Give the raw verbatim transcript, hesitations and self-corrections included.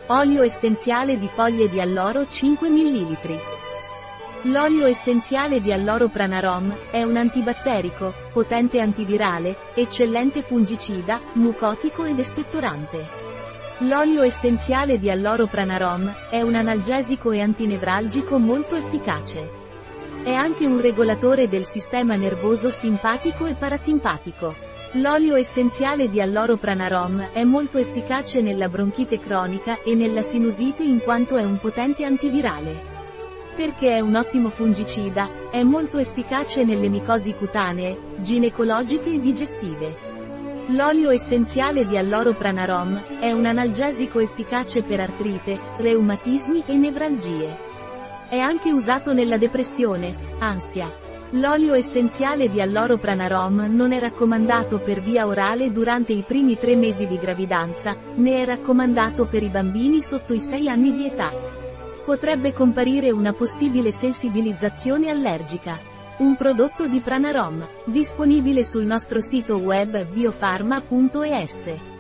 Olio essenziale di foglie di alloro cinque millilitri. L'olio essenziale di alloro Pranarom è un antibatterico, potente antivirale, eccellente fungicida, mucotico ed espettorante. L'olio essenziale di alloro Pranarom è un analgesico e antinevralgico molto efficace. È anche un regolatore del sistema nervoso simpatico e parasimpatico. L'olio essenziale di alloro Pranarom è molto efficace nella bronchite cronica e nella sinusite in quanto è un potente antivirale. Perché è un ottimo fungicida, è molto efficace nelle micosi cutanee, ginecologiche e digestive. L'olio essenziale di alloro Pranarom è un analgesico efficace per artrite, reumatismi e nevralgie. È anche usato nella depressione, ansia. L'olio essenziale di alloro Pranarom non è raccomandato per via orale durante i primi tre mesi di gravidanza, né è raccomandato per i bambini sotto i sei anni di età. Potrebbe comparire una possibile sensibilizzazione allergica. Un prodotto di Pranarom, disponibile sul nostro sito web biofarma punto es.